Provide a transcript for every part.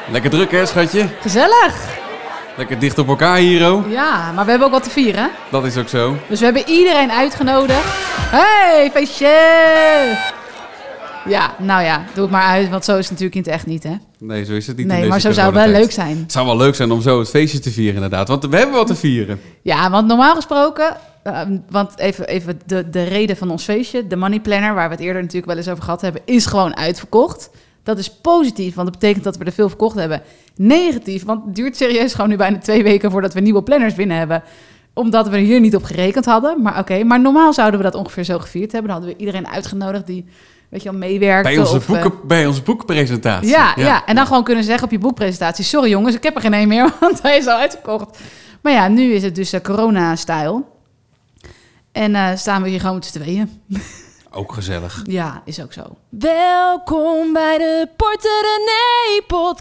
Lekker druk hè, schatje? Gezellig. Lekker dicht op elkaar hier, oh. Ja, maar we hebben ook wat te vieren. Dat is ook zo. Dus we hebben iedereen uitgenodigd. Hey, feestje! Ja, nou ja, doe het maar uit, want zo is het natuurlijk in het echt niet, hè? Nee, zo is het niet in Nee, deze maar zo zou het wel coronatijd. leuk zijn. Het zou wel leuk zijn om zo het feestje te vieren, inderdaad. Want we hebben wat te vieren. Ja, want normaal gesproken, want even de reden van ons feestje, de Money Planner, waar we het eerder natuurlijk wel eens over gehad hebben, is gewoon uitverkocht. Dat is positief, want dat betekent dat we er veel verkocht hebben. Negatief, want het duurt serieus gewoon nu bijna 2 weken voordat we nieuwe planners binnen hebben. Omdat we er hier niet op gerekend hadden. Maar oké, maar normaal zouden we dat ongeveer zo gevierd hebben. Dan hadden we iedereen uitgenodigd die, weet je wel, meewerkte. Bij onze boekpresentatie. Ja, en dan gewoon kunnen zeggen op je boekpresentatie, sorry jongens, ik heb er geen één meer, want hij is al uitverkocht. Maar ja, nu is het dus corona-style. En staan we hier gewoon met z'n tweeën. Ook gezellig. Ja, is ook zo. Welkom bij de Porter René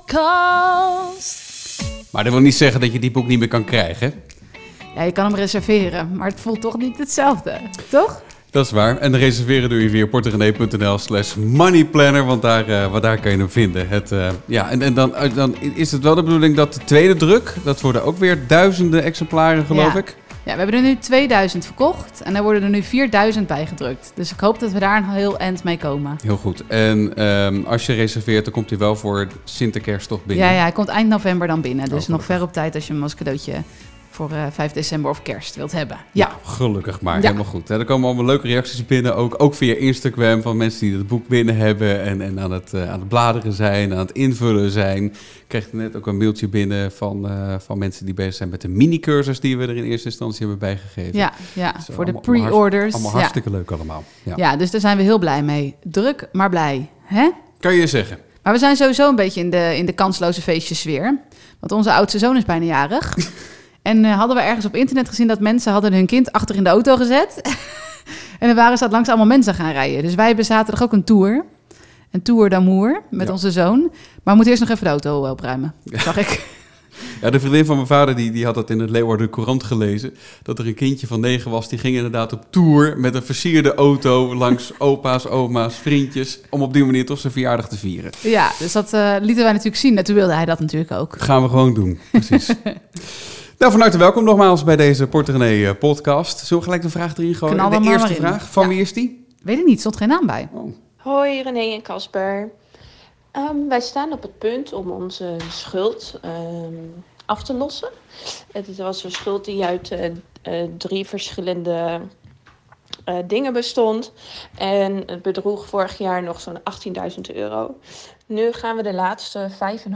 podcast. Maar dat wil niet zeggen dat je die boek niet meer kan krijgen. Ja, je kan hem reserveren, maar het voelt toch niet hetzelfde, toch? Dat is waar. En reserveren doe je via porterrené.nl/moneyplanner, want daar kan je hem vinden. En dan is het wel de bedoeling dat de tweede druk, dat worden ook weer duizenden exemplaren, geloof ik. Ja, we hebben er nu 2000 verkocht en er worden er nu 4000 bijgedrukt. Dus ik hoop dat we daar een heel eind mee komen. Heel goed. En als je reserveert, dan komt hij wel voor Sinterkerst toch binnen? Ja, hij komt eind november dan binnen. Dus nog gelukkig. ver op tijd als je hem als cadeautje voor 5 december of kerst wilt hebben. Ja, Nou, gelukkig maar. Ja. Helemaal goed. Er komen allemaal leuke reacties binnen, ook via Instagram, van mensen die het boek binnen hebben en aan het bladeren zijn, aan het invullen zijn. Ik kreeg net ook een mailtje binnen van mensen die bezig zijn met de mini-cursus die we er in eerste instantie hebben bijgegeven. ja Dus voor de allemaal pre-orders. Allemaal Ja. hartstikke leuk allemaal. Ja. Ja, dus daar zijn we heel blij mee. Druk, maar blij. Hè? Kan je zeggen? Maar we zijn sowieso een beetje in de kansloze feestjesfeer. Want onze oudste zoon is bijna jarig. En hadden we ergens op internet gezien dat mensen hadden hun kind achter in de auto gezet. En er waren ze langs allemaal mensen gaan rijden. Dus wij hebben zaterdag ook een tour. Een tour d'amour met onze zoon. Maar we moeten eerst nog even de auto opruimen, zag ik. Ja, de vriendin van mijn vader die had het in het Leeuwarden Courant gelezen. Dat er een kindje van 9 was. Die ging inderdaad op tour met een versierde auto langs opa's, oma's, vriendjes. Om op die manier toch zijn verjaardag te vieren. Ja, dus dat lieten wij natuurlijk zien. En toen wilde hij dat natuurlijk ook. Gaan we gewoon doen, precies. Nou, van harte welkom nogmaals bij deze Porter René podcast. Zullen we gelijk de vraag erin gooien? Knal De hem maar eerste in. vraag, van Ja. wie is die? Weet ik niet, stond geen naam bij. Oh. Hoi René en Casper. Wij staan op het punt om onze schuld af te lossen. Het was een schuld die uit 3 verschillende dingen bestond. En het bedroeg vorig jaar nog zo'n €18.000. Nu gaan we de laatste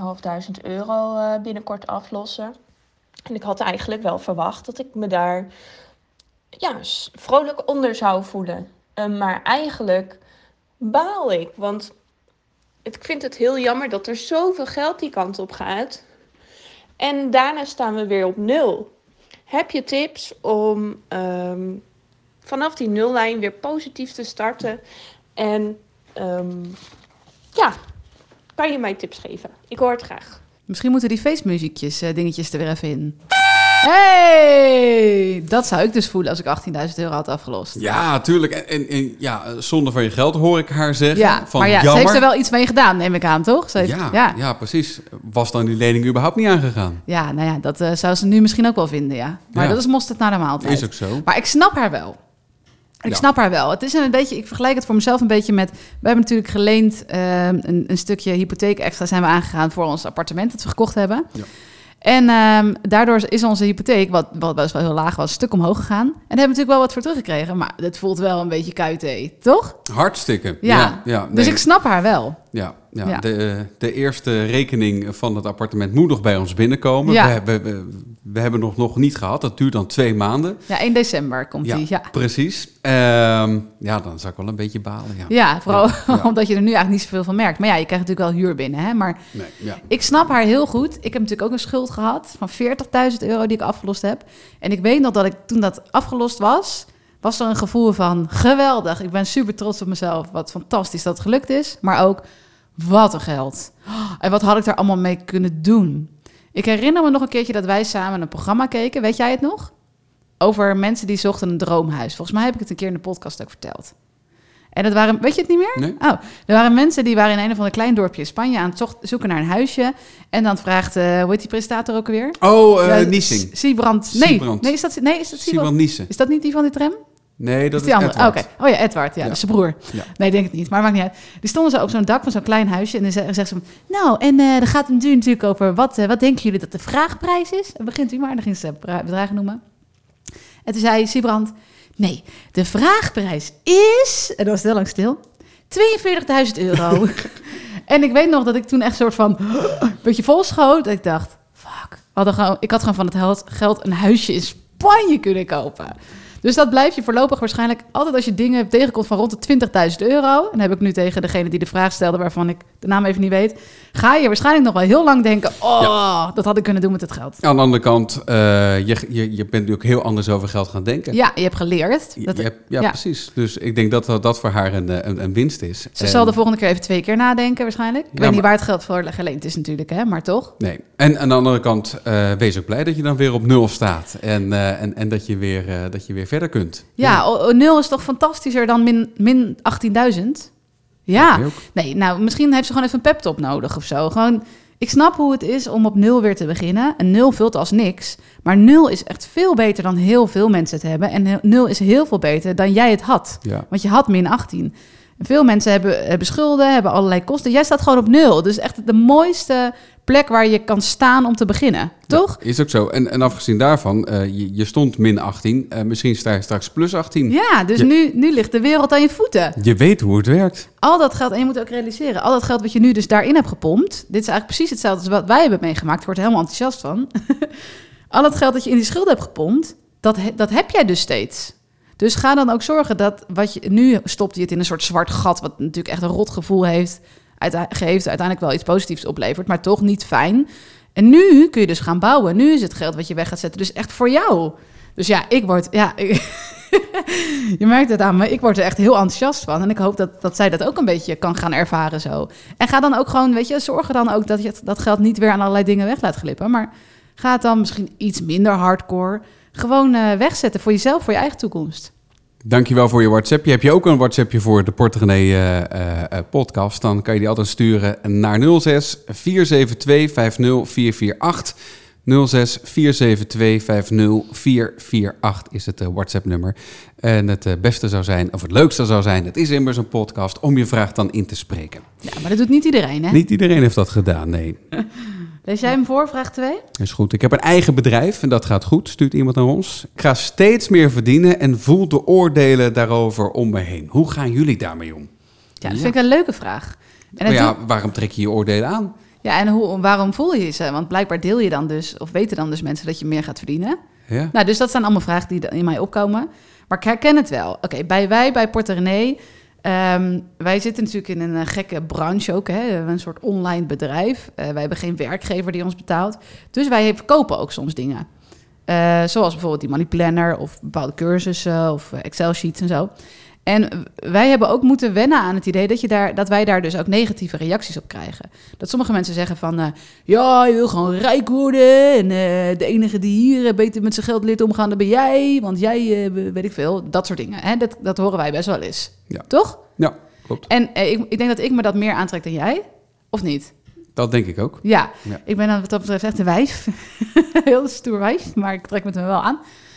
€5.500 binnenkort aflossen. En ik had eigenlijk wel verwacht dat ik me daar vrolijk onder zou voelen. Maar eigenlijk baal ik, want ik vind het heel jammer dat er zoveel geld die kant op gaat. En daarna staan we weer op 0. Heb je tips om vanaf die nullijn weer positief te starten? En kan je mij tips geven? Ik hoor het graag. Misschien moeten die feestmuziekjes, dingetjes er weer even in. Hey, dat zou ik dus voelen als ik €18.000 had afgelost. Ja, tuurlijk. En zonder van je geld hoor ik haar zeggen. Ja, van, maar ja, jammer. ze heeft er wel iets mee gedaan, neem ik aan, toch? Ze heeft, Ja, precies. Was dan die lening überhaupt niet aangegaan? Ja, nou ja, dat zou ze nu misschien ook wel vinden, ja. Maar Ja. dat is mosterd naar de maaltijd. Is ook zo. Maar ik snap haar wel. Ik snap haar wel. Het is een beetje, ik vergelijk het voor mezelf een beetje met... We hebben natuurlijk geleend een stukje hypotheek extra zijn we aangegaan voor ons appartement dat we gekocht hebben. Ja. En daardoor is onze hypotheek, wat best wel heel laag was, een stuk omhoog gegaan. En daar hebben we natuurlijk wel wat voor teruggekregen. Maar het voelt wel een beetje kuitee, toch? Hartstikke. Ja. Nee. Dus ik snap haar wel. Ja. Ja. De eerste rekening van het appartement moet nog bij ons binnenkomen. Ja. We hebben nog niet gehad. Dat duurt dan 2 maanden. Ja, 1 december komt die. Ja. Precies. Dan zou ik wel een beetje balen. Ja, Ja, vooral Ja. omdat je er nu eigenlijk niet zoveel van merkt. Maar ja, je krijgt natuurlijk wel huur binnen. Hè? Maar Nee, ja. ik snap haar heel goed. Ik heb natuurlijk ook een schuld gehad van €40.000 die ik afgelost heb. En ik weet nog dat ik toen dat afgelost was er een gevoel van geweldig. Ik ben super trots op mezelf. Wat fantastisch dat het gelukt is. Maar ook, wat een geld. En wat had ik daar allemaal mee kunnen doen? Ik herinner me nog een keertje dat wij samen een programma keken. Weet jij het nog? Over mensen die zochten een droomhuis. Volgens mij heb ik het een keer in de podcast ook verteld. En dat waren, weet je het niet meer? Nee. Oh, er waren mensen die waren in een of ander klein dorpje in Spanje aan het zoeken naar een huisje. En dan vraagt, hoe heet die presentator ook alweer? Niesing. Siebrand. Nee, is dat Siebrand? Siebrand Niesen. Is dat niet die van die tram? Nee, dat is die andere. Edward. Oké. Oh ja, Edward. Ja, dat is zijn broer. Ja. Nee, ik denk het niet. Maar maakt niet uit. Die stonden zo op zo'n dak van zo'n klein huisje. En dan zegt ze, nou, en dan gaat het natuurlijk over, wat denken jullie dat de vraagprijs is? En begint u maar. Dan ging ze bedragen noemen. En toen zei Siebrand, nee, de vraagprijs is... En dat was heel lang stil. €42.000. En ik weet nog dat ik toen echt soort van... een beetje vol schoot. Dat ik dacht, fuck. Ik had gewoon van het geld een huisje in Spanje kunnen kopen. Dus dat blijf je voorlopig waarschijnlijk altijd als je dingen tegenkomt van rond de €20.000. En dan heb ik nu tegen degene die de vraag stelde, waarvan ik de naam even niet weet. Ga je waarschijnlijk nog wel heel lang denken, dat had ik kunnen doen met het geld. Aan de andere kant, je bent natuurlijk heel anders over geld gaan denken. Ja, je hebt geleerd. Precies. Dus ik denk dat voor haar een winst is. Ze zal de volgende keer even 2 keer nadenken waarschijnlijk. Ik weet niet waar het geld voor geleend is natuurlijk, hè, maar toch? Nee. En aan de andere kant, wees ook blij dat je dan weer op 0 staat. En dat je weer verder kunt. Ja, 0 is toch fantastischer dan min 18.000? Ja. Nee, nou, misschien heeft ze gewoon even een pep-talk nodig of zo. Gewoon, ik snap hoe het is om op 0 weer te beginnen. En 0 vult als niks. Maar 0 is echt veel beter dan heel veel mensen het hebben. En 0 is heel veel beter dan jij het had. Ja. Want je had min 18. Veel mensen hebben schulden, hebben allerlei kosten. Jij staat gewoon op 0. Dus echt de mooiste plek waar je kan staan om te beginnen. Toch? Ja, is ook zo. En afgezien daarvan, je stond min 18. Misschien sta je straks plus 18. Ja, dus nu ligt de wereld aan je voeten. Je weet hoe het werkt. Al dat geld, en je moet ook realiseren, al dat geld wat je nu dus daarin hebt gepompt. Dit is eigenlijk precies hetzelfde als wat wij hebben meegemaakt. Ik word er helemaal enthousiast van. Al dat geld dat je in die schulden hebt gepompt, dat heb jij dus steeds. Dus ga dan ook zorgen dat wat je nu stopt je het in een soort zwart gat, wat natuurlijk echt een rot gevoel heeft, uiteindelijk wel iets positiefs oplevert, maar toch niet fijn. En nu kun je dus gaan bouwen. Nu is het geld wat je weg gaat zetten dus echt voor jou. Dus ja, je merkt het aan me, ik word er echt heel enthousiast van. En ik hoop dat zij dat ook een beetje kan gaan ervaren zo. En ga dan ook gewoon, zorgen dan ook dat je dat geld niet weer aan allerlei dingen weg laat glippen. Maar ga het dan misschien iets minder hardcore gewoon wegzetten voor jezelf, voor je eigen toekomst. Dankjewel voor je WhatsAppje. Heb je ook een WhatsAppje voor de Portemonnee podcast? Dan kan je die altijd sturen naar 06 472 50448. 06 472 50448 is het WhatsApp-nummer. En het beste zou zijn, of het leukste zou zijn, het is immers een podcast, om je vraag dan in te spreken. Ja, maar dat doet niet iedereen, hè? Niet iedereen heeft dat gedaan, nee. Lees jij hem voor, vraag 2? Is goed. Ik heb een eigen bedrijf en dat gaat goed, stuurt iemand naar ons. Ik ga steeds meer verdienen en voel de oordelen daarover om me heen. Hoe gaan jullie daarmee om? Ja, dat vind ik een leuke vraag. En waarom trek je je oordelen aan? Ja, en waarom voel je ze? Want blijkbaar deel je dan dus, of weten dan dus mensen dat je meer gaat verdienen. Ja. Nou, dus dat zijn allemaal vragen die in mij opkomen. Maar ik herken het wel. Oké, bij Portemonnee, wij zitten natuurlijk in een gekke branche ook. Hè? Een soort online bedrijf. Wij hebben geen werkgever die ons betaalt. Dus wij verkopen ook soms dingen. Zoals bijvoorbeeld die money planner of bepaalde cursussen of Excel sheets en zo. En wij hebben ook moeten wennen aan het idee dat wij daar dus ook negatieve reacties op krijgen. Dat sommige mensen zeggen van, ja, je wil gewoon rijk worden. En de enige die hier beter met zijn geld leert omgaan, dat ben jij. Want jij, weet ik veel, dat soort dingen. Hè? Dat horen wij best wel eens. Ja. Toch? Ja, klopt. En ik denk dat ik me dat meer aantrek dan jij. Of niet? Dat denk ik ook. Ja. Ik ben wat dat betreft echt een wijf. Heel stoer wijf, maar ik trek me er wel aan.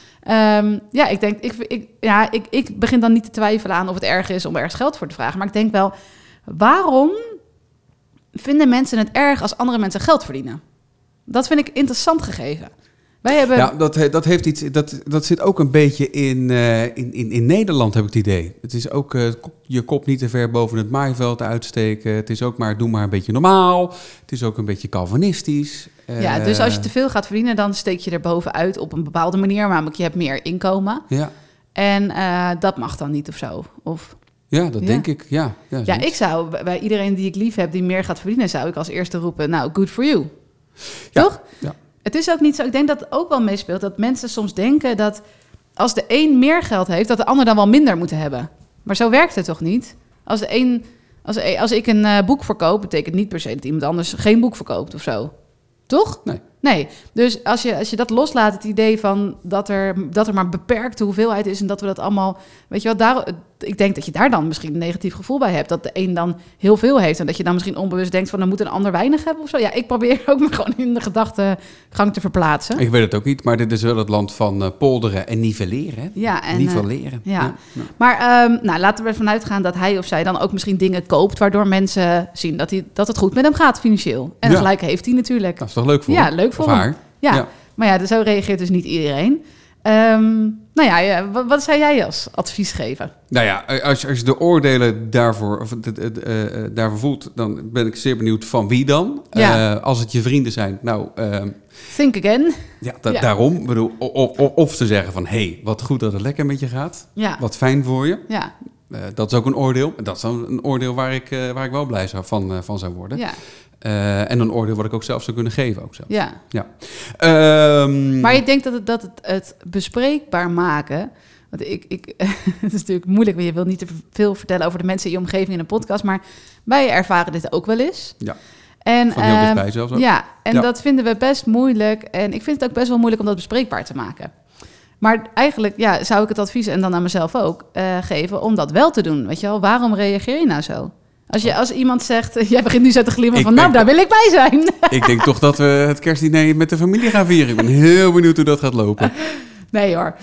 Ik begin dan niet te twijfelen aan of het erg is om ergens geld voor te vragen. Maar ik denk wel, waarom vinden mensen het erg als andere mensen geld verdienen? Dat vind ik interessant gegeven. Wij hebben... Ja, dat heeft iets. Dat zit ook een beetje in Nederland, heb ik het idee. Het is ook je kop niet te ver boven het maaiveld uitsteken. Het is ook maar, doe maar een beetje normaal. Het is ook een beetje Calvinistisch. Ja, dus als je te veel gaat verdienen, dan steek je er bovenuit op een bepaalde manier. Namelijk, je hebt meer inkomen. Ja. En dat mag dan niet of zo. Of... Ja, dat denk ik. Ja, ik zou bij iedereen die ik lief heb die meer gaat verdienen, zou ik als eerste roepen, nou, good for you. Ja. Toch? Ja. Het is ook niet zo, ik denk dat het ook wel meespeelt, dat mensen soms denken dat als de een meer geld heeft, dat de ander dan wel minder moet hebben. Maar zo werkt het toch niet? Als ik een boek verkoop, betekent niet per se dat iemand anders geen boek verkoopt of zo. Toch? Nee. Dus als je dat loslaat, het idee van dat er maar beperkte hoeveelheid is en dat we dat allemaal, weet je wat, ik denk dat je daar dan misschien een negatief gevoel bij hebt. Dat de een dan heel veel heeft. En dat je dan misschien onbewust denkt van, dan moet een ander weinig hebben of zo. Ja, ik probeer ook maar gewoon in de gedachtegang te verplaatsen. Ik weet het ook niet, maar dit is wel het land van polderen en nivelleren. Hè? Ja, en, nivelleren. ja. Maar laten we ervan uitgaan dat hij of zij dan ook misschien dingen koopt, waardoor mensen zien dat het goed met hem gaat financieel. En gelijk heeft hij natuurlijk. Dat is toch leuk voor Ja, hem? leuk voor of hem. haar. Ja. Maar ja, zo reageert dus niet iedereen. Wat zou jij als advies geven? Nou ja, als je de oordelen daarvoor voelt, dan ben ik zeer benieuwd van wie dan. Ja. Als het je vrienden zijn, nou... Think again. Ja, daarom. Ik bedoel, of te zeggen van, hey, wat goed dat het lekker met je gaat. Ja. Wat fijn voor je. Ja. Dat is ook een oordeel. Dat is dan een oordeel waar ik wel blij van zou worden. Ja. En een oordeel wat ik ook zelf zou kunnen geven. Ook zelf. Ja. Ja. Maar je denkt dat het bespreekbaar maken... Want het is natuurlijk moeilijk, want je wil niet te veel vertellen over de mensen in je omgeving in een podcast, maar wij ervaren dit ook wel eens. Ja. En, van heel dichtbij zelfs ook. Ja, en dat vinden we best moeilijk. En ik vind het ook best wel moeilijk om dat bespreekbaar te maken. Maar eigenlijk zou ik het advies, en dan aan mezelf ook, geven om dat wel te doen. Weet je wel, waarom reageer je nou zo? Als iemand zegt, jij begint nu zo te glimmen van, daar wil ik bij zijn. Ik denk toch dat we het kerstdiner met de familie gaan vieren. Ik ben heel benieuwd hoe dat gaat lopen. Nee hoor.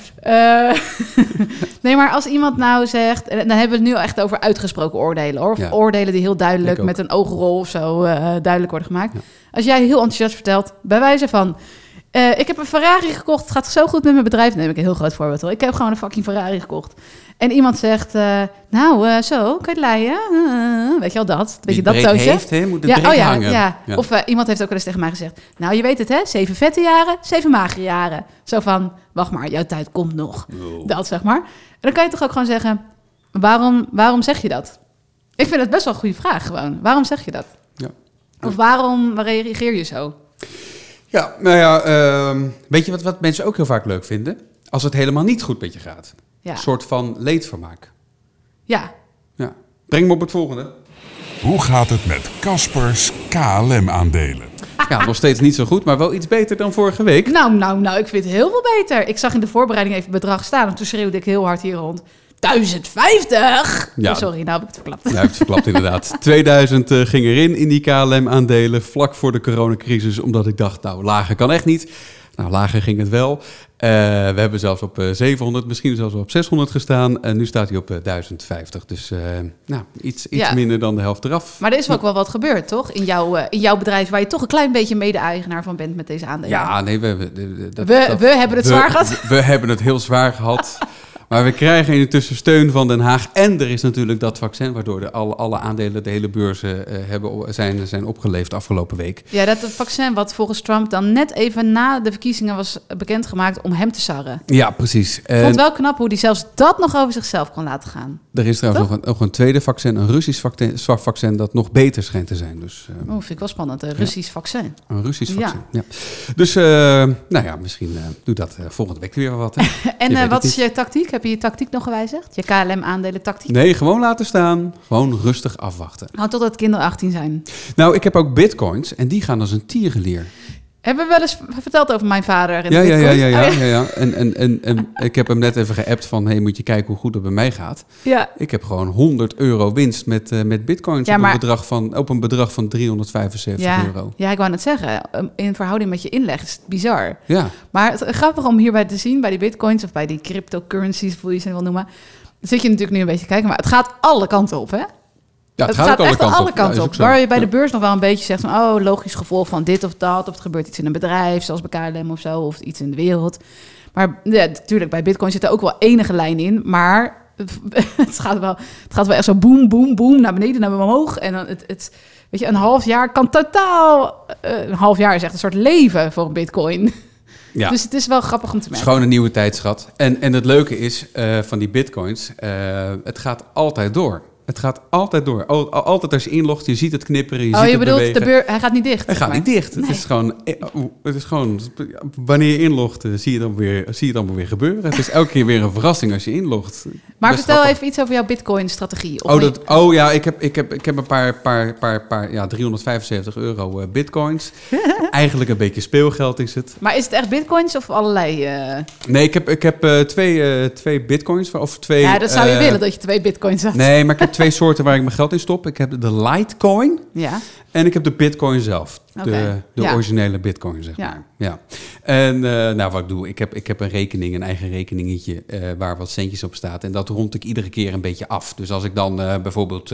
Nee, maar als iemand nou zegt... Dan hebben we het nu echt over uitgesproken oordelen, hoor. Of oordelen die heel duidelijk met een oogrol of zo duidelijk worden gemaakt. Ja. Als jij heel enthousiast vertelt, bij wijze van... ik heb een Ferrari gekocht, het gaat zo goed met mijn bedrijf. Dan neem ik een heel groot voorbeeld, hoor. Ik heb gewoon een fucking Ferrari gekocht. En iemand zegt, zo, kan je het leiden? Weet je al dat? Weet je dat zo zegt? Moet het hangen. Ja. Of iemand heeft ook wel eens tegen mij gezegd... Nou, je weet het, hè? 7 vette jaren, 7 magere jaren. Zo van, wacht maar, jouw tijd komt nog. Oh. Dat, zeg maar. En dan kan je toch ook gewoon zeggen... Waarom zeg je dat? Ik vind het best wel een goede vraag, gewoon. Waarom zeg je dat? Ja. Of waarom reageer je zo? Ja, nou ja, weet je wat mensen ook heel vaak leuk vinden? Als het helemaal niet goed met je gaat. Ja. Een soort van leedvermaak. Ja. Breng me op het volgende. Hoe gaat het met Caspers KLM-aandelen? Ja, nog steeds niet zo goed, maar wel iets beter dan vorige week. Nou, ik vind het heel veel beter. Ik zag in de voorbereiding even het bedrag staan en toen schreeuwde ik heel hard hier rond. 1050! Ja. Oh, sorry, nou heb ik het verklapt. Ja, heb het verklapt inderdaad. 2000 ging erin in die KLM-aandelen vlak voor de coronacrisis, omdat ik dacht, nou, lager kan echt niet. Nou, lager ging het wel. We hebben zelfs op 700, misschien zelfs op 600 gestaan. En nu staat hij op 1050. Dus iets minder dan de helft eraf. Maar er is ook wel wat gebeurd, toch? In jouw bedrijf, waar je toch een klein beetje mede-eigenaar van bent met deze aandelen. Ja, nee, we hebben het zwaar gehad. We hebben het heel zwaar gehad. Maar we krijgen intussen steun van Den Haag. En er is natuurlijk dat vaccin, waardoor alle aandelen, de hele beurzen zijn opgeleverd afgelopen week. Ja, dat vaccin wat volgens Trump dan net even na de verkiezingen was bekendgemaakt om hem te sarren. Ja, precies. Ik vond het wel knap hoe hij zelfs dat nog over zichzelf kon laten gaan. Er is trouwens nog een tweede vaccin, een Russisch vaccin dat nog beter schijnt te zijn. Dus, vind ik wel spannend, een Russisch vaccin. Een Russisch vaccin, ja. Dus, misschien doe dat volgende week weer wat. Hè? En wat is je tactiek? Heb je tactiek nog gewijzigd? Je KLM-aandelen tactiek? Nee, gewoon laten staan. Gewoon rustig afwachten. Totdat kinderen 18 zijn. Nou, ik heb ook bitcoins en die gaan als een tierenlier. Hebben we wel eens verteld over mijn vader en Ja. En ik heb hem net even geappt van, hey, moet je kijken hoe goed het bij mij gaat. Ja. Ik heb gewoon €100 winst met bitcoins op een bedrag van €375. Ja, ik wou net zeggen, in verhouding met je inleg is het bizar. Ja. Maar het grappig om hierbij te zien, bij die bitcoins of bij die cryptocurrencies, hoe je ze wil noemen, zit je natuurlijk nu een beetje kijken, maar het gaat alle kanten op, hè? Ja, het gaat echt alle kanten op. Waar je bij de beurs nog wel een beetje zegt van, logisch gevolg van dit of dat, of het gebeurt iets in een bedrijf, zoals bij KLM of zo, of iets in de wereld. Maar ja, natuurlijk, bij Bitcoin zit er ook wel enige lijn in, maar het gaat wel echt zo boem, boem, boem, naar beneden, naar omhoog. En dan weet je, een half jaar kan totaal, een half jaar is echt een soort leven voor een Bitcoin. Ja. Dus het is wel grappig om te merken. Het is gewoon een nieuwe tijdschat. En het leuke is van die bitcoins, het gaat altijd door. Het gaat altijd door. Altijd als je inlogt, je ziet het knipperen, je ziet het bewegen. Hij gaat niet dicht? Hij gaat niet dicht. Nee. Het is gewoon, wanneer je inlogt, zie je het dan weer gebeuren. Het is elke keer weer een verrassing als je inlogt. Maar vertel even iets over jouw Bitcoin-strategie. Ik heb een paar €375 bitcoins. Eigenlijk een beetje speelgeld is het. Maar is het echt bitcoins of allerlei... Nee, ik heb twee bitcoins. Of twee, Ja, dat zou je willen, dat je 2 bitcoins had. Nee, maar ik heb 2 soorten waar ik mijn geld in stop. Ik heb de Litecoin Ja, en ik heb de bitcoin zelf. Oké, De ja. originele bitcoin, zeg Ja. maar. Ja. En nou, wat ik doe, ik heb een rekening, een eigen rekeningetje... waar wat centjes op staat. En dat rond ik iedere keer een beetje af. Dus als ik dan bijvoorbeeld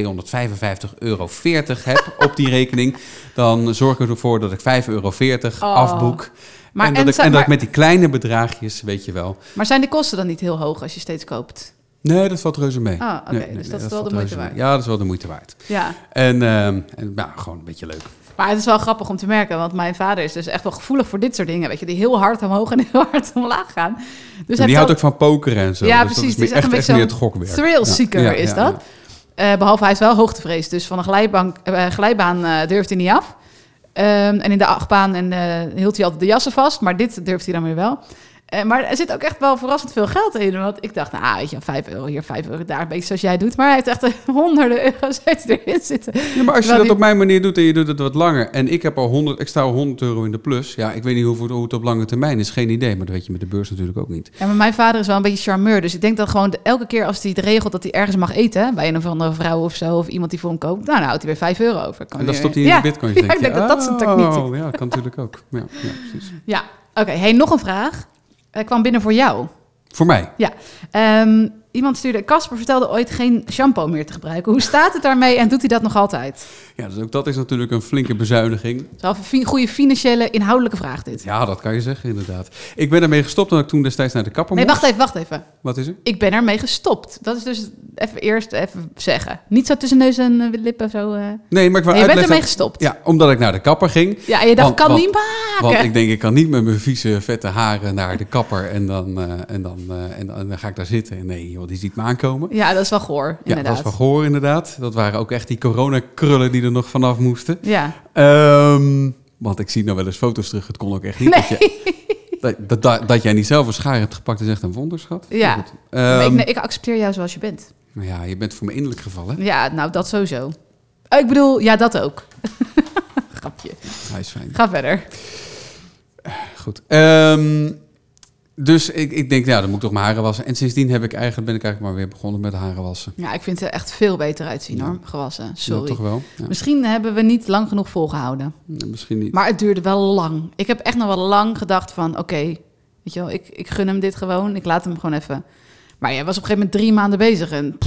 €255,40 heb op die rekening... dan zorg ik ervoor dat ik €5,40 afboek... Maar, en dat ik met die kleine bedragjes, weet je wel... maar zijn de kosten dan niet heel hoog als je steeds koopt? Nee, dat valt reuze mee. Ah, oké, dus dat is wel valt de moeite reuze mee. waard. Ja, dat is wel de moeite waard. Ja, En nou, gewoon een beetje leuk. maar het is wel grappig om te merken, want mijn vader is dus echt wel gevoelig voor dit soort dingen, weet je, die heel hard omhoog en heel hard omlaag gaan. Dus Die houdt ook van pokeren en zo. Ja, dus precies. Dat is Het is echt een echt beetje meer het gokwerk. thrill-seeker Ja, is ja, dat. Behalve hij is wel hoogtevrees, dus van een glijbaan durft hij niet af. En in de achtbaan hield hij altijd de jassen vast, maar dit durft hij dan weer wel. Maar er zit ook echt wel verrassend veel geld in. Want ik dacht, nou, weet je, €5 hier, €5 daar, een beetje zoals jij doet. Maar hij heeft echt honderden euro's erin zitten. Ja, maar als je dat op mijn manier doet en je doet het wat langer... en ik sta al €100 in de plus... ja, ik weet niet hoe het op lange termijn is, geen idee. Maar dat weet je met de beurs natuurlijk ook niet. Ja, maar mijn vader is wel een beetje charmeur. Dus ik denk dat gewoon elke keer als hij het regelt dat hij ergens mag eten... bij een of andere vrouw of zo, of iemand die voor hem koopt... nou, houdt hij weer €5 over. En dan stopt hij in de bitcoins, denk je. ik denk dat dat zijn techniek is. Oh, ja, kan natuurlijk ook. Ja, precies. Ja, oké. Hey, nog een vraag. Hij kwam binnen voor jou. Voor mij. Ja. Iemand stuurde... Casper vertelde ooit geen shampoo meer te gebruiken. Hoe staat het daarmee en doet hij dat nog altijd? Ja, dus ook dat is natuurlijk een flinke bezuiniging. Dat is wel een goede financiële, inhoudelijk vraag dit. Ja, dat kan je zeggen, inderdaad. Ik ben ermee gestopt toen ik toen destijds naar de kapper Nee, moest. wacht even. Wat is er? Ik ben ermee gestopt. Dat is dus even zeggen. Niet zo tussen neus en lippen zo. Nee, maar ik wil Nee, je bent uitleggen... ermee gestopt. Ja, omdat ik naar de kapper ging. Ja, en je dacht, kan Want- niet maken. Want ik denk, ik kan niet met mijn vieze, vette haren naar de kapper en dan ga ik daar zitten. En nee, joh, die ziet me aankomen. Ja, dat is wel goor, Ja, inderdaad. dat was van goor, inderdaad. Dat waren ook echt die coronakrullen die er nog vanaf moesten. Ja. Want ik zie nou wel eens foto's terug. Het kon ook echt niet. Dat jij niet zelf een schaar hebt gepakt is echt een wonderschap. Ja. Maar goed. Maar ik accepteer jou zoals je bent. Maar ja, je bent voor me innerlijk gevallen. Ja, nou, dat sowieso. Ik bedoel, ja, dat ook. Grapje. Hij is fijn. Ga verder. Goed. Dus ik denk, ja, dan moet ik toch mijn haren wassen. En sindsdien ben ik eigenlijk maar weer begonnen met haren wassen. Ja, ik vind het er echt veel beter uitzien, hoor. Gewassen. Sorry. Ja, toch wel? Ja. Misschien hebben we niet lang genoeg volgehouden. Ja, misschien niet. Maar het duurde wel lang. Ik heb echt nog wel lang gedacht van... Oké, weet je wel, ik gun hem dit gewoon. Ik laat hem gewoon even... Maar jij was op een gegeven moment 3 maanden bezig. En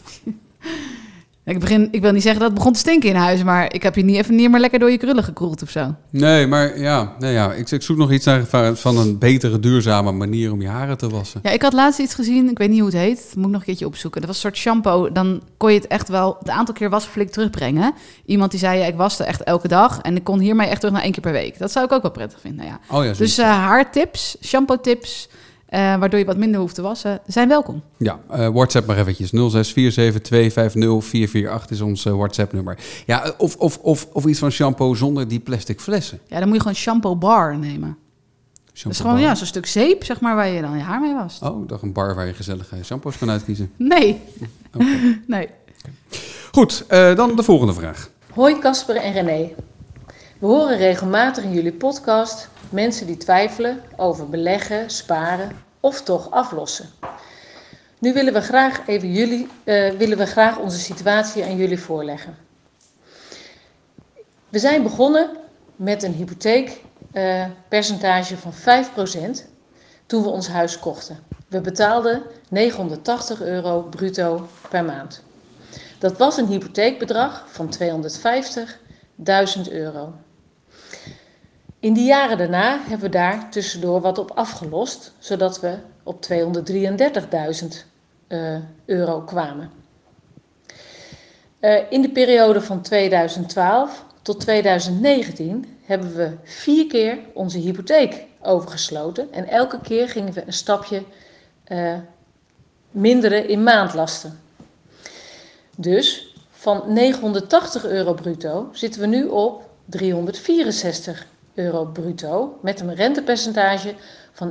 ik wil niet zeggen dat het begon te stinken in huis... maar ik heb je niet meer lekker door je krullen gekroeld of zo. Nee, maar ja, ik zoek nog iets naar van een betere, duurzame manier om je haren te wassen. Ja, ik had laatst iets gezien. Ik weet niet hoe het heet. Dat moet ik nog een keertje opzoeken. Dat was een soort shampoo. Dan kon je het echt wel... Het aantal keer wassen flink terugbrengen. Iemand die zei, ja, ik waste echt elke dag... en ik kon hiermee echt terug naar 1 keer per week. Dat zou ik ook wel prettig vinden, ja. Oh ja, Dus haartips, shampoo tips... waardoor je wat minder hoeft te wassen, zijn welkom. Ja, WhatsApp maar eventjes. 0647250448 is ons WhatsApp-nummer. Ja, of iets van shampoo zonder die plastic flessen. Ja, dan moet je gewoon shampoo bar nemen. Dat is gewoon zo'n stuk zeep, zeg maar, waar je dan je haar mee wast. Oh, ik dacht een bar waar je gezellig shampoos kan uitkiezen. Nee. Okay. Nee. Goed, dan de volgende vraag. Hoi Casper en René. We horen regelmatig in jullie podcast mensen die twijfelen over beleggen, sparen of toch aflossen. Nu willen we graag onze situatie aan jullie voorleggen. We zijn begonnen met een hypotheekpercentage van 5% toen we ons huis kochten. We betaalden €980 bruto per maand. Dat was een hypotheekbedrag van €250.000. In de jaren daarna hebben we daar tussendoor wat op afgelost, zodat we op €233.000 kwamen. In de periode van 2012 tot 2019 hebben we 4 keer onze hypotheek overgesloten en elke keer gingen we een stapje minderen in maandlasten. Dus van €980 bruto zitten we nu op €364 bruto met een rentepercentage van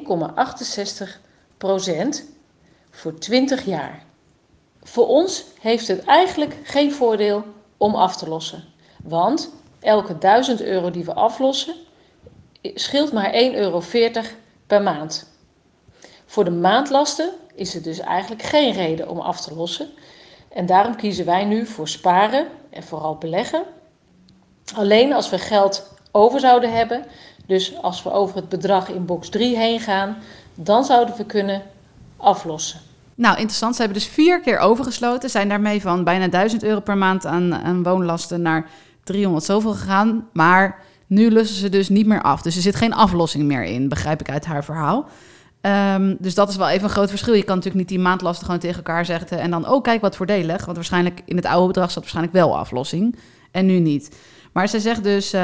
1,68% voor 20 jaar. Voor ons heeft het eigenlijk geen voordeel om af te lossen. Want Elke €1000 die we aflossen, scheelt maar €1,40 per maand. Voor de maandlasten is er dus eigenlijk geen reden om af te lossen. En daarom kiezen wij nu voor sparen en vooral beleggen. Alleen als we geld over zouden hebben, dus als we over het bedrag in box 3 heen gaan, dan zouden we kunnen aflossen. Nou, interessant. Ze hebben dus 4 keer overgesloten. Zijn daarmee van bijna €1000 per maand aan woonlasten naar 300 zoveel gegaan. Maar nu lossen ze dus niet meer af. Dus er zit geen aflossing meer in, begrijp ik uit haar verhaal. Dus dat is wel even een groot verschil. Je kan natuurlijk niet die maandlasten gewoon tegen elkaar zeggen en dan, kijk wat voordelig. Want waarschijnlijk in het oude bedrag zat waarschijnlijk wel aflossing en nu niet. Maar ze zegt dus,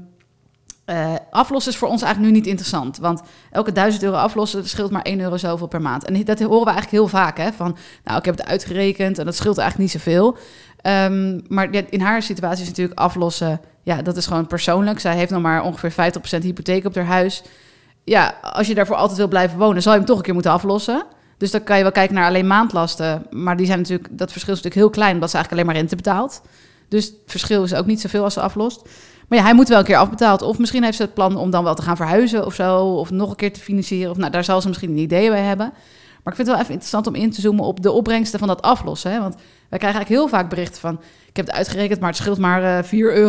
aflossen is voor ons eigenlijk nu niet interessant. Want elke €1000 aflossen, dat scheelt maar €1 zoveel per maand. En dat horen we eigenlijk heel vaak, hè. Van, ik heb het uitgerekend en dat scheelt eigenlijk niet zoveel. Maar in haar situatie is natuurlijk aflossen, dat is gewoon persoonlijk. Zij heeft nog maar ongeveer 50% hypotheek op haar huis. Ja, als je daarvoor altijd wil blijven wonen, zal je hem toch een keer moeten aflossen. Dus dan kan je wel kijken naar alleen maandlasten. Maar die zijn natuurlijk, dat verschil is natuurlijk heel klein, omdat ze eigenlijk alleen maar rente betaalt. Dus het verschil is ook niet zoveel als ze aflost. Maar ja, hij moet wel een keer afbetaald. Of misschien heeft ze het plan om dan wel te gaan verhuizen of zo. Of nog een keer te financieren. Of daar zal ze misschien een idee bij hebben. Maar ik vind het wel even interessant om in te zoomen op de opbrengsten van dat aflossen. Hè? Want wij krijgen eigenlijk heel vaak berichten van, ik heb het uitgerekend, maar het scheelt maar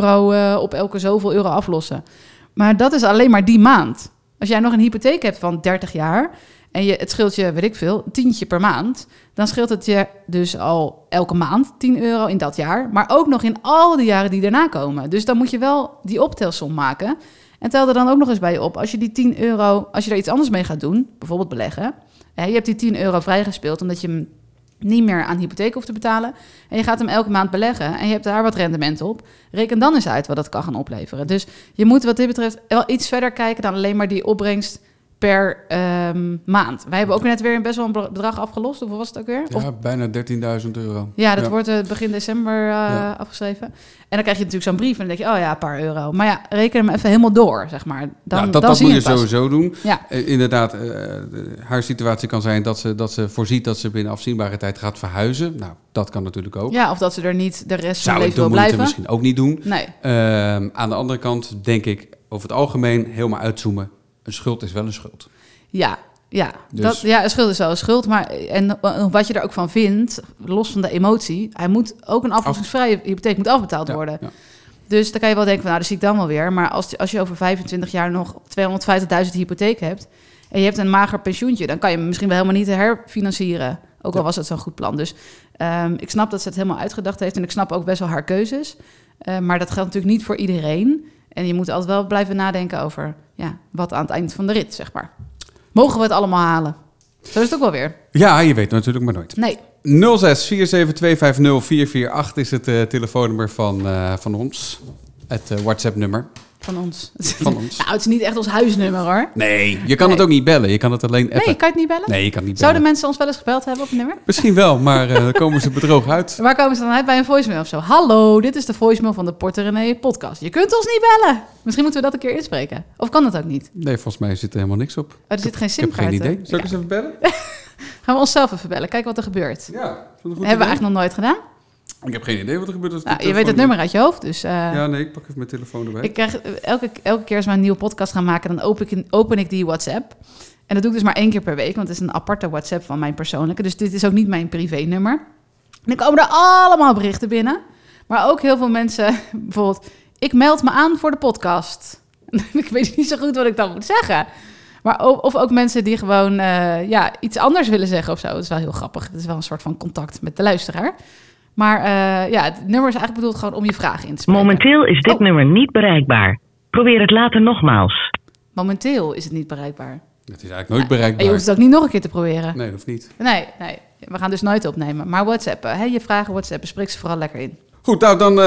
€4 op elke zoveel euro aflossen. Maar dat is alleen maar die maand. Als jij nog een hypotheek hebt van 30 jaar en het scheelt je, weet ik veel, €10 per maand, dan scheelt het je dus al elke maand €10 in dat jaar, maar ook nog in al die jaren die daarna komen. Dus dan moet je wel die optelsom maken en tel er dan ook nog eens bij je op. Als je die €10, als je er iets anders mee gaat doen, bijvoorbeeld beleggen, je hebt die €10 vrijgespeeld omdat je hem niet meer aan hypotheek hoeft te betalen en je gaat hem elke maand beleggen en je hebt daar wat rendement op. Reken dan eens uit wat dat kan gaan opleveren. Dus je moet wat dit betreft wel iets verder kijken dan alleen maar die opbrengst per maand. Wij hebben ook net weer best wel een bedrag afgelost. Hoeveel was het ook weer? Ja, bijna €13.000. Ja, dat wordt begin december afgeschreven. En dan krijg je natuurlijk zo'n brief en dan denk je, een paar euro. Maar ja, reken hem even helemaal door, zeg maar. Dan dat zie moet je het pas. sowieso doen. Ja. Inderdaad, haar situatie kan zijn dat ze voorziet dat ze binnen afzienbare tijd gaat verhuizen. Nou, dat kan natuurlijk ook. Ja, of dat ze er niet de rest van Zou het ik leven de wil moeite blijven. misschien ook niet doen. Nee. Aan de andere kant denk ik over het algemeen helemaal uitzoomen. Een schuld is wel een schuld. Ja. Dus- Een schuld is wel een schuld. Maar en wat je er ook van vindt, los van de emotie, hij moet ook een aflossingsvrije hypotheek moet afbetaald worden. Ja. Dus dan kan je wel denken van, dat zie ik dan wel weer. Maar als je over 25 jaar nog 250.000 hypotheek hebt en je hebt een mager pensioentje, dan kan je hem misschien wel helemaal niet herfinancieren. Ook al was het zo'n goed plan. Dus ik snap dat ze het helemaal uitgedacht heeft en ik snap ook best wel haar keuzes. Maar dat geldt natuurlijk niet voor iedereen. En je moet altijd wel blijven nadenken over wat aan het eind van de rit, zeg maar. Mogen we het allemaal halen? Zo is het ook wel weer. Ja, je weet natuurlijk maar nooit. Nee. 06 47250 448 is het telefoonnummer van ons. Het WhatsApp-nummer Van ons. van ons. Nou, het is niet echt ons huisnummer, hoor. Nee, je kan het ook niet bellen. Je kan het alleen appen. Nee, kan je het niet bellen? Nee, je kan het niet bellen. Zouden mensen ons wel eens gebeld hebben op het nummer? Misschien wel, maar dan komen ze bedrogen uit. Waar komen ze dan uit? Bij een voicemail of zo? Hallo, dit is de voicemail van de Porter René podcast. Je kunt ons niet bellen. Misschien moeten we dat een keer inspreken. Of kan dat ook niet? Nee, volgens mij zit er helemaal niks op. Er zit geen Ik heb geen simkaart. idee. Zal ik eens even bellen? Gaan we onszelf even bellen. Kijken wat er gebeurt. Ja, Hebben we eigenlijk nog nooit gedaan. Ik heb geen idee wat er gebeurt. Als ik Nou, de je weet het telefoon nummer uit je hoofd, dus... Ja, nee, ik pak even mijn telefoon erbij. Ik krijg elke keer als we een nieuwe podcast gaan maken, dan open ik die WhatsApp. En dat doe ik dus maar 1 keer per week, want het is een aparte WhatsApp van mijn persoonlijke. Dus dit is ook niet mijn privé-nummer. En dan komen er allemaal berichten binnen. Maar ook heel veel mensen, bijvoorbeeld, ik meld me aan voor de podcast. Ik weet niet zo goed wat ik dan moet zeggen. Maar of ook mensen die gewoon iets anders willen zeggen of zo. Dat is wel heel grappig. Het is wel een soort van contact met de luisteraar. Maar het nummer is eigenlijk bedoeld gewoon om je vragen in te spreken. Momenteel is dit nummer niet bereikbaar. Probeer het later nogmaals. Momenteel is het niet bereikbaar. Het is eigenlijk nooit En je bereikbaar. hoeft het ook niet nog een keer te proberen. Nee, dat hoeft niet. Nee. We gaan dus nooit opnemen. Maar WhatsAppen, je vragen WhatsAppen, spreek ze vooral lekker in. Goed, nou dan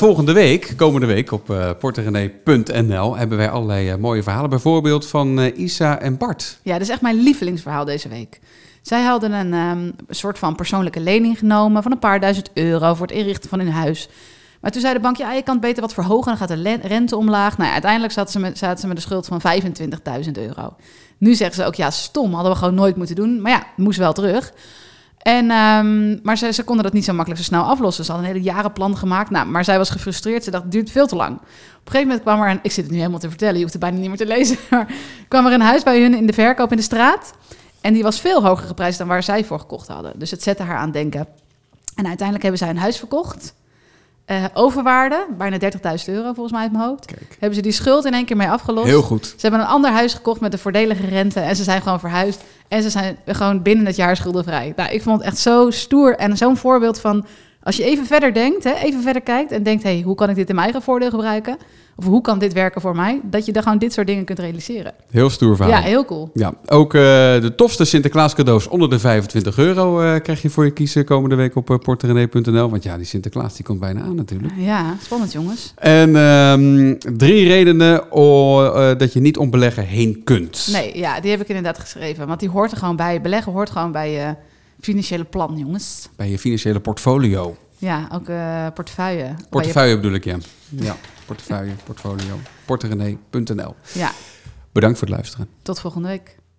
komende week op porterrené.nl hebben wij allerlei mooie verhalen. Bijvoorbeeld van Isa en Bart. Ja, dat is echt mijn lievelingsverhaal deze week. Zij hadden een soort van persoonlijke lening genomen van een paar €1000 voor het inrichten van hun huis. Maar toen zei de bank, je kan het beter wat verhogen, dan gaat de rente omlaag. Nou ja, uiteindelijk zaten ze met een schuld van €25.000. Nu zeggen ze ook, stom, hadden we gewoon nooit moeten doen. Maar ja, het moest wel terug. En, maar ze konden dat niet zo makkelijk zo snel aflossen. Ze hadden een hele jarenplan gemaakt. Nou, maar zij was gefrustreerd. Ze dacht, het duurt veel te lang. Op een gegeven moment kwam er ik zit het nu helemaal te vertellen. Je hoeft het bijna niet meer te lezen. Maar kwam er een huis bij hun in de verkoop in de straat. En die was veel hoger geprijsd dan waar zij voor gekocht hadden. Dus het zette haar aan denken. En uiteindelijk hebben zij een huis verkocht. Overwaarde, bijna €30.000 volgens mij uit mijn hoofd. Kijk. Hebben ze die schuld in één keer mee afgelost. Heel goed. Ze hebben een ander huis gekocht met een voordelige rente. En ze zijn gewoon verhuisd. En ze zijn gewoon binnen het jaar schuldenvrij. Nou, ik vond het echt zo stoer. En zo'n voorbeeld van... Als je even verder denkt, even verder kijkt... en denkt, hoe kan ik dit in mijn eigen voordeel gebruiken? Of hoe kan dit werken voor mij? Dat je dan gewoon dit soort dingen kunt realiseren. Heel stoer verhaal. Ja, heel cool. Ja, ook de tofste Sinterklaas cadeaus onder de €25 krijg je voor je kiezen komende week op porterenee.nl. Want ja, die Sinterklaas die komt bijna aan natuurlijk. Ja, spannend jongens. En 3 redenen dat je niet om beleggen heen kunt. Nee, ja, die heb ik inderdaad geschreven. Want die hoort er gewoon bij. Beleggen hoort gewoon bij je financiële plan, jongens. Bij je financiële portfolio. Ja, ook portefeuille. Portefeuille bedoel ik, ja. Ja, portfolio. Porterenee.nl. Ja, Bedankt voor het luisteren. tot volgende week.